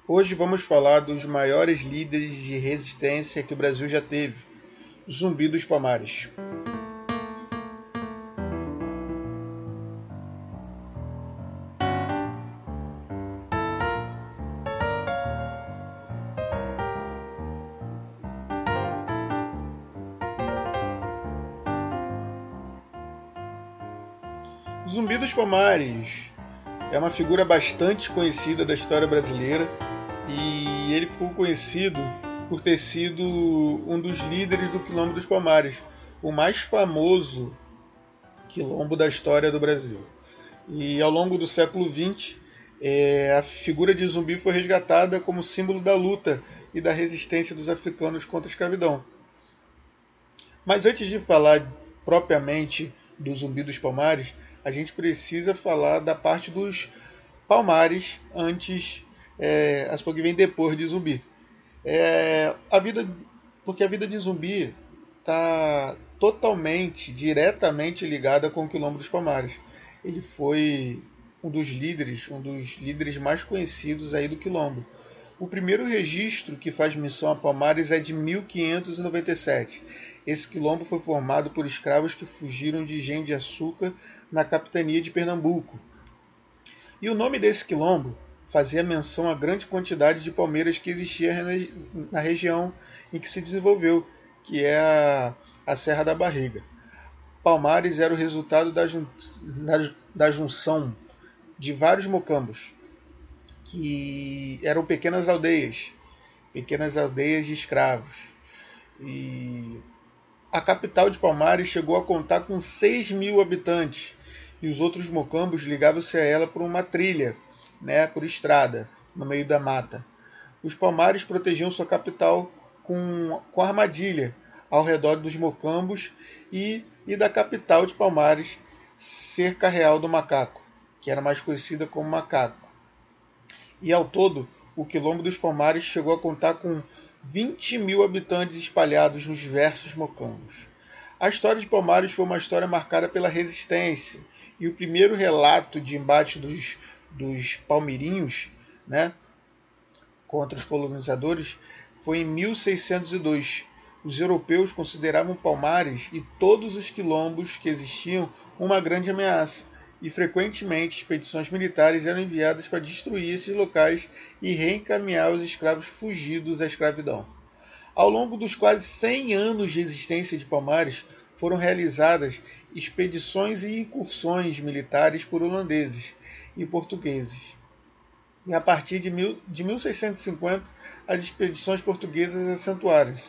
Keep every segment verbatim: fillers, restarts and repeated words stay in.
Hoje vamos falar dos maiores líderes de resistência que o Brasil já teve, Zumbi dos Palmares. Zumbi dos Palmares é uma figura bastante conhecida da história brasileira e ele ficou conhecido por ter sido um dos líderes do Quilombo dos Palmares, o mais famoso quilombo da história do Brasil. E ao longo do século vinte, é, a figura de Zumbi foi resgatada como símbolo da luta e da resistência dos africanos contra a escravidão. Mas antes de falar propriamente do Zumbi dos Palmares, a gente precisa falar da parte dos Palmares antes, é, as que vem depois de Zumbi. É, a vida, porque a vida de Zumbi está totalmente, diretamente ligada com o Quilombo dos Palmares. Ele foi um dos líderes, um dos líderes mais conhecidos aí do Quilombo. O primeiro registro que faz menção a Palmares é de mil quinhentos e noventa e sete. Esse quilombo foi formado por escravos que fugiram de engenho de açúcar na capitania de Pernambuco. E o nome desse quilombo fazia menção à grande quantidade de palmeiras que existia na região em que se desenvolveu, que é a, a Serra da Barriga. Palmares era o resultado da, jun, da, da junção de vários mocambos, que eram pequenas aldeias, pequenas aldeias de escravos. E a capital de Palmares chegou a contar com seis mil habitantes, e os outros mocambos ligavam-se a ela por uma trilha, né, por estrada, no meio da mata. Os Palmares protegiam sua capital com, com armadilha ao redor dos mocambos e, e da capital de Palmares, Cerca Real do Macaco, que era mais conhecida como Macaco. E ao todo, o Quilombo dos Palmares chegou a contar com vinte mil habitantes espalhados nos diversos mocambos. A história de Palmares foi uma história marcada pela resistência, e o primeiro relato de embate dos, dos palmeirinhos, né, contra os colonizadores foi em mil seiscentos e dois. Os europeus consideravam Palmares e todos os quilombos que existiam uma grande ameaça, e frequentemente expedições militares eram enviadas para destruir esses locais e reencaminhar os escravos fugidos à escravidão. Ao longo dos quase cem anos de existência de Palmares, foram realizadas expedições e incursões militares por holandeses e portugueses. E a partir de, mil, de mil seiscentos e cinquenta, as expedições portuguesas acentuaram-se.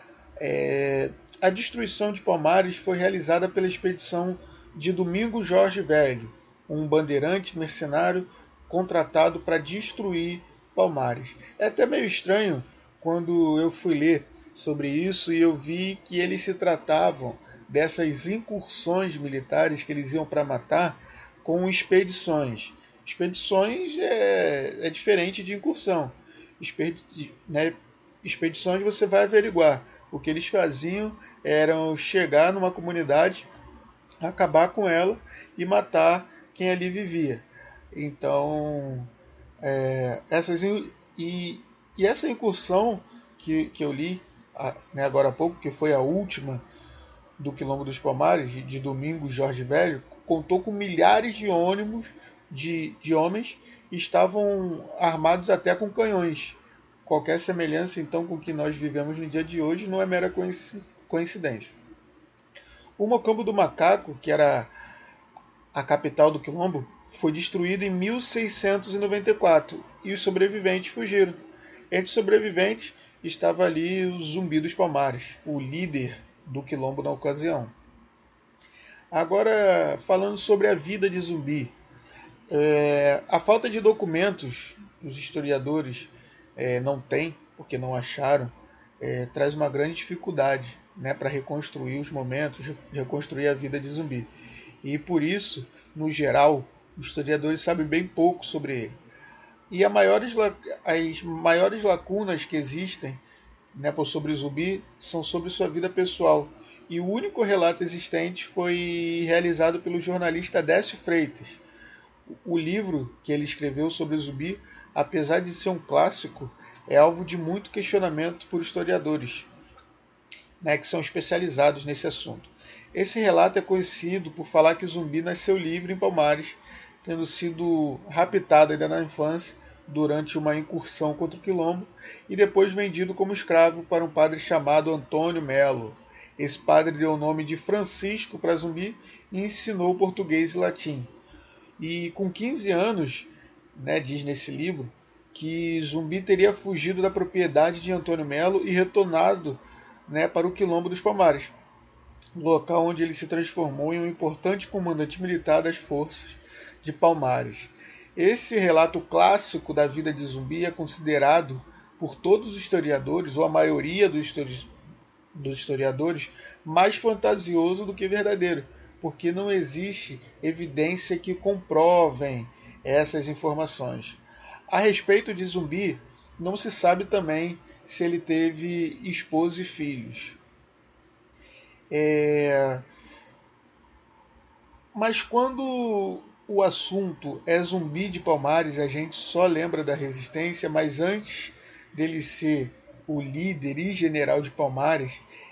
É, a destruição de Palmares foi realizada pela expedição de Domingos Jorge Velho, um bandeirante mercenário contratado para destruir Palmares. É até meio estranho quando eu fui ler sobre isso e eu vi que eles se tratavam dessas incursões militares que eles iam para matar com expedições. Expedições é, é diferente de incursão. Expedi né, expedições você vai averiguar. O que eles faziam era chegar numa comunidade, acabar com ela e matar quem ali vivia. Então, é, essas, e, e essa incursão que, que eu li né, agora há pouco, que foi a última do Quilombo dos Palmares, de Domingos Jorge Velho, contou com milhares de ônibus de, de homens e estavam armados até com canhões. Qualquer semelhança, então, com o que nós vivemos no dia de hoje não é mera coincidência. O Mocambo do Macaco, que era a capital do Quilombo, foi destruído em mil seiscentos e noventa e quatro e os sobreviventes fugiram. Entre os sobreviventes estava ali o Zumbi dos Palmares, o líder do Quilombo na ocasião. Agora, falando sobre a vida de Zumbi, é, a falta de documentos, os historiadores é, não têm, porque não acharam, é, traz uma grande dificuldade, né, para reconstruir os momentos, reconstruir a vida de Zumbi. E por isso, no geral, os historiadores sabem bem pouco sobre ele. E a maiores, as maiores lacunas que existem, né, sobre Zumbi são sobre sua vida pessoal. E o único relato existente foi realizado pelo jornalista Décio Freitas. O livro que ele escreveu sobre Zumbi apesar de ser um clássico, é alvo de muito questionamento por historiadores, né, que são especializados nesse assunto. Esse relato é conhecido por falar que o Zumbi nasceu livre em Palmares, tendo sido raptado ainda na infância durante uma incursão contra o Quilombo e depois vendido como escravo para um padre chamado Antônio Melo. Esse padre deu o nome de Francisco para Zumbi e ensinou português e latim. E com quinze anos, né, diz nesse livro, que Zumbi teria fugido da propriedade de Antônio Melo e retornado, né, para o Quilombo dos Palmares, local onde ele se transformou em um importante comandante militar das forças de Palmares. Esse relato clássico da vida de Zumbi é considerado por todos os historiadores, ou a maioria dos historiadores, mais fantasioso do que verdadeiro, porque não existe evidência que comprovem essas informações. A respeito de Zumbi, não se sabe também se ele teve esposa e filhos. É... Mas quando o assunto é Zumbi de Palmares, a gente só lembra da resistência, mas antes dele ser o líder e general de Palmares,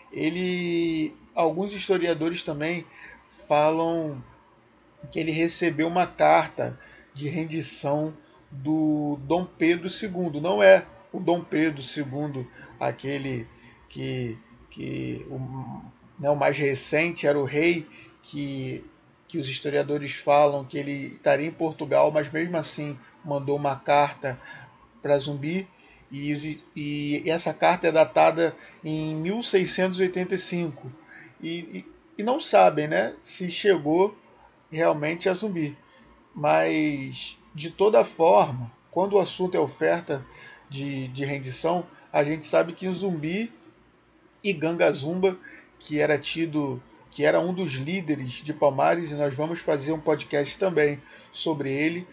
ele, alguns historiadores também falam que ele recebeu uma carta de rendição do Dom Pedro segundo. Não é o Dom Pedro segundo, aquele que, que o, né, o mais recente, era o rei que, que os historiadores falam que ele estaria em Portugal, mas mesmo assim mandou uma carta para Zumbi. E, e, e essa carta é datada em mil seiscentos e oitenta e cinco. E, e, e não sabem, né, se chegou realmente a Zumbi. Mas, de toda forma, quando o assunto é oferta de, de rendição, a gente sabe que Zumbi e Gangazumba, que era tido, que era um dos líderes de Palmares, e nós vamos fazer um podcast também sobre ele,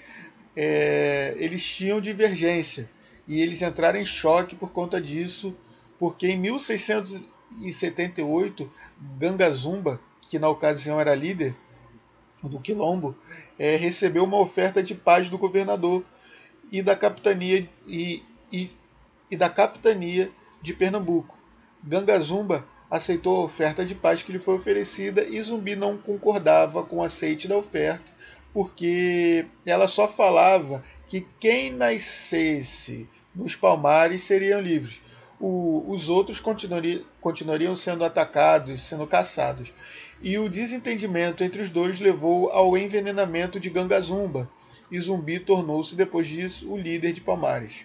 é, eles tinham divergência. E eles entraram em choque por conta disso, porque em mil seiscentos e setenta e oito, Gangazumba, que na ocasião era líder do Quilombo, é, recebeu uma oferta de paz do governador e da capitania e, e, e da capitania de Pernambuco. Gangazumba aceitou a oferta de paz que lhe foi oferecida e Zumbi não concordava com o aceite da oferta, porque ela só falava que quem nascesse nos Palmares seriam livres. O, os outros continuariam, continuariam sendo atacados, sendo caçados. E o desentendimento entre os dois levou ao envenenamento de Gangazumba, e Zumbi tornou-se, depois disso, o líder de Palmares.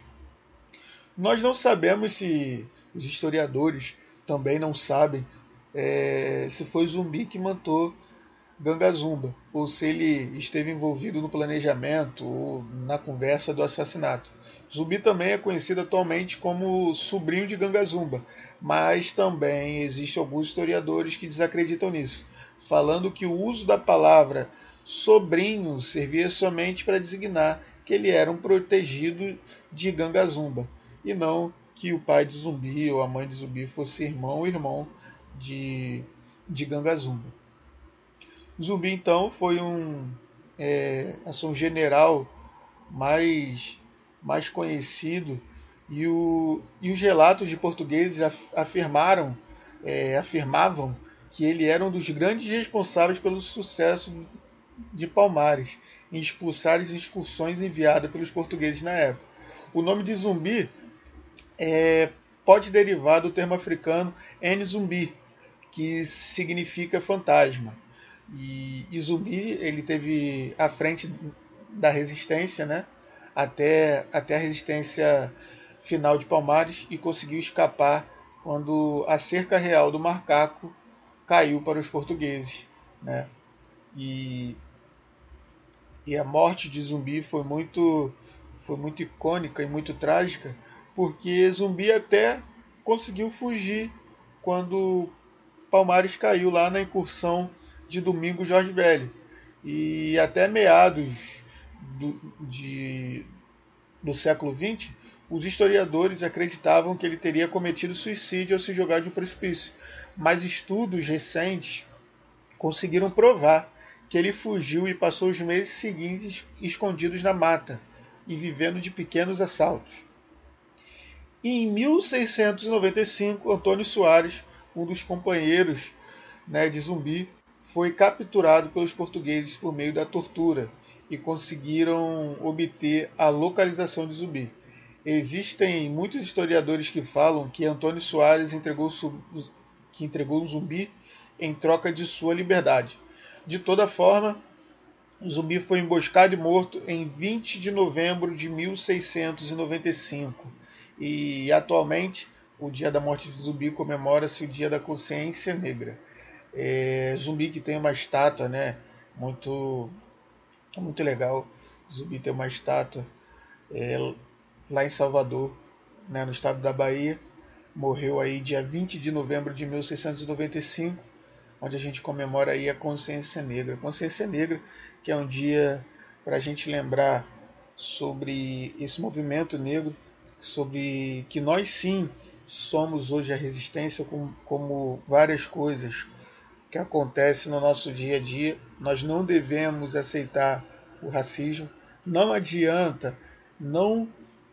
Nós não sabemos se os historiadores também não sabem é, se foi Zumbi que matou Gangazumba, ou se ele esteve envolvido no planejamento ou na conversa do assassinato. Zumbi também é conhecido atualmente como sobrinho de Gangazumba, mas também existem alguns historiadores que desacreditam nisso, falando que o uso da palavra sobrinho servia somente para designar que ele era um protegido de Gangazumba, e não que o pai de Zumbi ou a mãe de Zumbi fosse irmão ou irmão de, de Gangazumba. Zumbi, então, foi um, é, assim, um general mais, mais conhecido, e, o, e os relatos de portugueses afirmaram, é, afirmavam que ele era um dos grandes responsáveis pelo sucesso de Palmares em expulsar as excursões enviadas pelos portugueses na época. O nome de Zumbi é, pode derivar do termo africano N-Zumbi, que significa fantasma. E, e Zumbi, ele teve à frente da resistência, né, até, até a resistência final de Palmares, e conseguiu escapar quando a cerca real do Macaco caiu para os portugueses, né? E, e a morte de Zumbi foi muito, foi muito icônica e muito trágica, porque Zumbi até conseguiu fugir quando Palmares caiu lá na incursão de Domingos Jorge Velho. E até meados do, de, do século vinte, os historiadores acreditavam que ele teria cometido suicídio ao se jogar de um precipício. Mas estudos recentes conseguiram provar que ele fugiu e passou os meses seguintes escondidos na mata, e vivendo de pequenos assaltos. E em mil seiscentos e noventa e cinco, Antônio Soares, um dos companheiros, né, de Zumbi, foi capturado pelos portugueses por meio da tortura e conseguiram obter a localização de Zumbi. Existem muitos historiadores que falam que Antônio Soares entregou, que entregou o Zumbi em troca de sua liberdade. De toda forma, Zumbi foi emboscado e morto em vinte de novembro de mil seiscentos e noventa e cinco. E atualmente, o dia da morte de Zumbi comemora-se o Dia da Consciência Negra. É, Zumbi que tem uma estátua, né, muito, muito legal. Zumbi tem uma estátua é, lá em Salvador, né, no estado da Bahia. Morreu aí dia vinte de novembro de mil seiscentos e noventa e cinco, onde a gente comemora aí a Consciência Negra. Consciência Negra, que é um dia para a gente lembrar sobre esse movimento negro, sobre que nós sim somos hoje a resistência, como, como várias coisas que acontecem no nosso dia a dia. Nós não devemos aceitar o racismo. Não adianta não,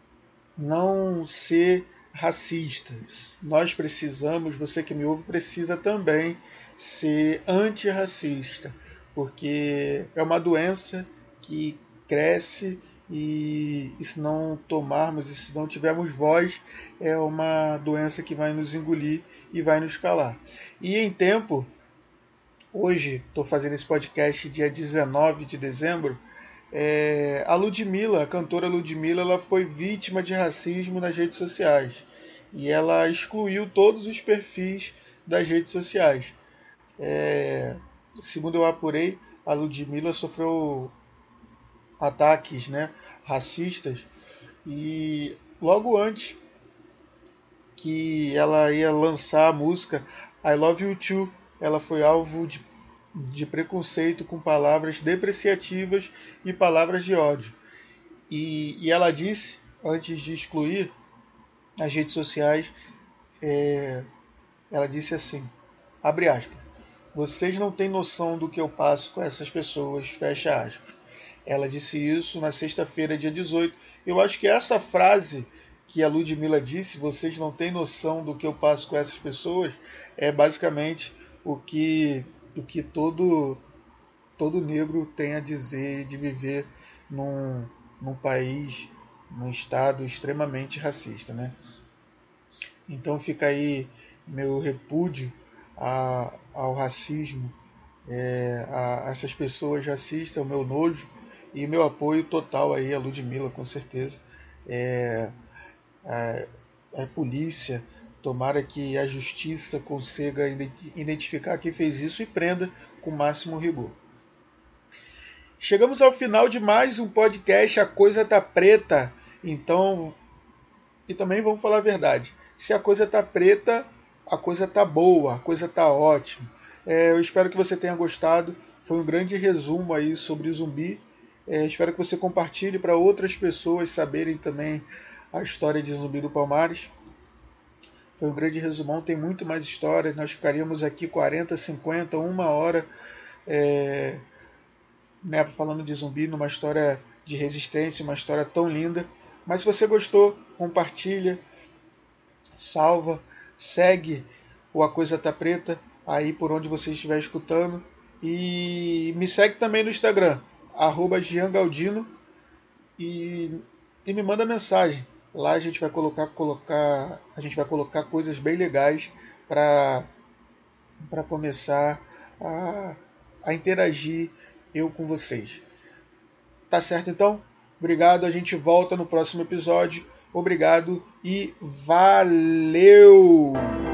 não ser racistas. Nós precisamos, você que me ouve, precisa também ser antirracista, porque é uma doença que cresce e, e se não tomarmos, e se não tivermos voz, é uma doença que vai nos engolir e vai nos calar. E em tempo, hoje estou fazendo esse podcast dia dezenove de dezembro, é, a Ludmilla, a cantora Ludmilla, ela foi vítima de racismo nas redes sociais e ela excluiu todos os perfis das redes sociais. É, segundo eu apurei, a Ludmilla sofreu ataques, né, racistas, e logo antes que ela ia lançar a música I Love You Too, ela foi alvo de, de preconceito com palavras depreciativas e palavras de ódio. E, e ela disse, antes de excluir as redes sociais, é, ela disse assim, abre aspas, vocês não têm noção do que eu passo com essas pessoas, fecha aspas. Ela disse isso na sexta-feira, dia dezoito. Eu acho que essa frase que a Ludmilla disse, vocês não têm noção do que eu passo com essas pessoas, é basicamente o que, o que todo, todo negro tem a dizer de viver num, num país, num estado extremamente racista, né? Então fica aí meu repúdio a, ao racismo, é, a, a essas pessoas racistas, o meu nojo e meu apoio total aí a Ludmilla, com certeza. É, a, a polícia, tomara que a justiça consiga identificar quem fez isso e prenda com o máximo rigor. Chegamos ao final de mais um podcast, A Coisa Tá Preta. Então, e também vamos falar a verdade, se a coisa tá preta, a coisa tá boa, a coisa tá ótima. É, eu espero que você tenha gostado. Foi um grande resumo aí sobre Zumbi. É, espero que você compartilhe para outras pessoas saberem também a história de Zumbi do Palmares. Foi um grande resumão, tem muito mais histórias. Nós ficaríamos aqui quarenta, cinquenta, uma hora é, né, falando de Zumbi, numa história de resistência, uma história tão linda. Mas se você gostou, compartilha, salva, segue o A Coisa Tá Preta aí por onde você estiver escutando. E me segue também no Instagram, arroba Gian Galdino, e, e me manda mensagem. Lá a gente vai colocar, colocar, a gente vai colocar coisas bem legais para para começar a, a interagir eu com vocês. Tá certo então? Obrigado, a gente volta no próximo episódio. Obrigado e valeu!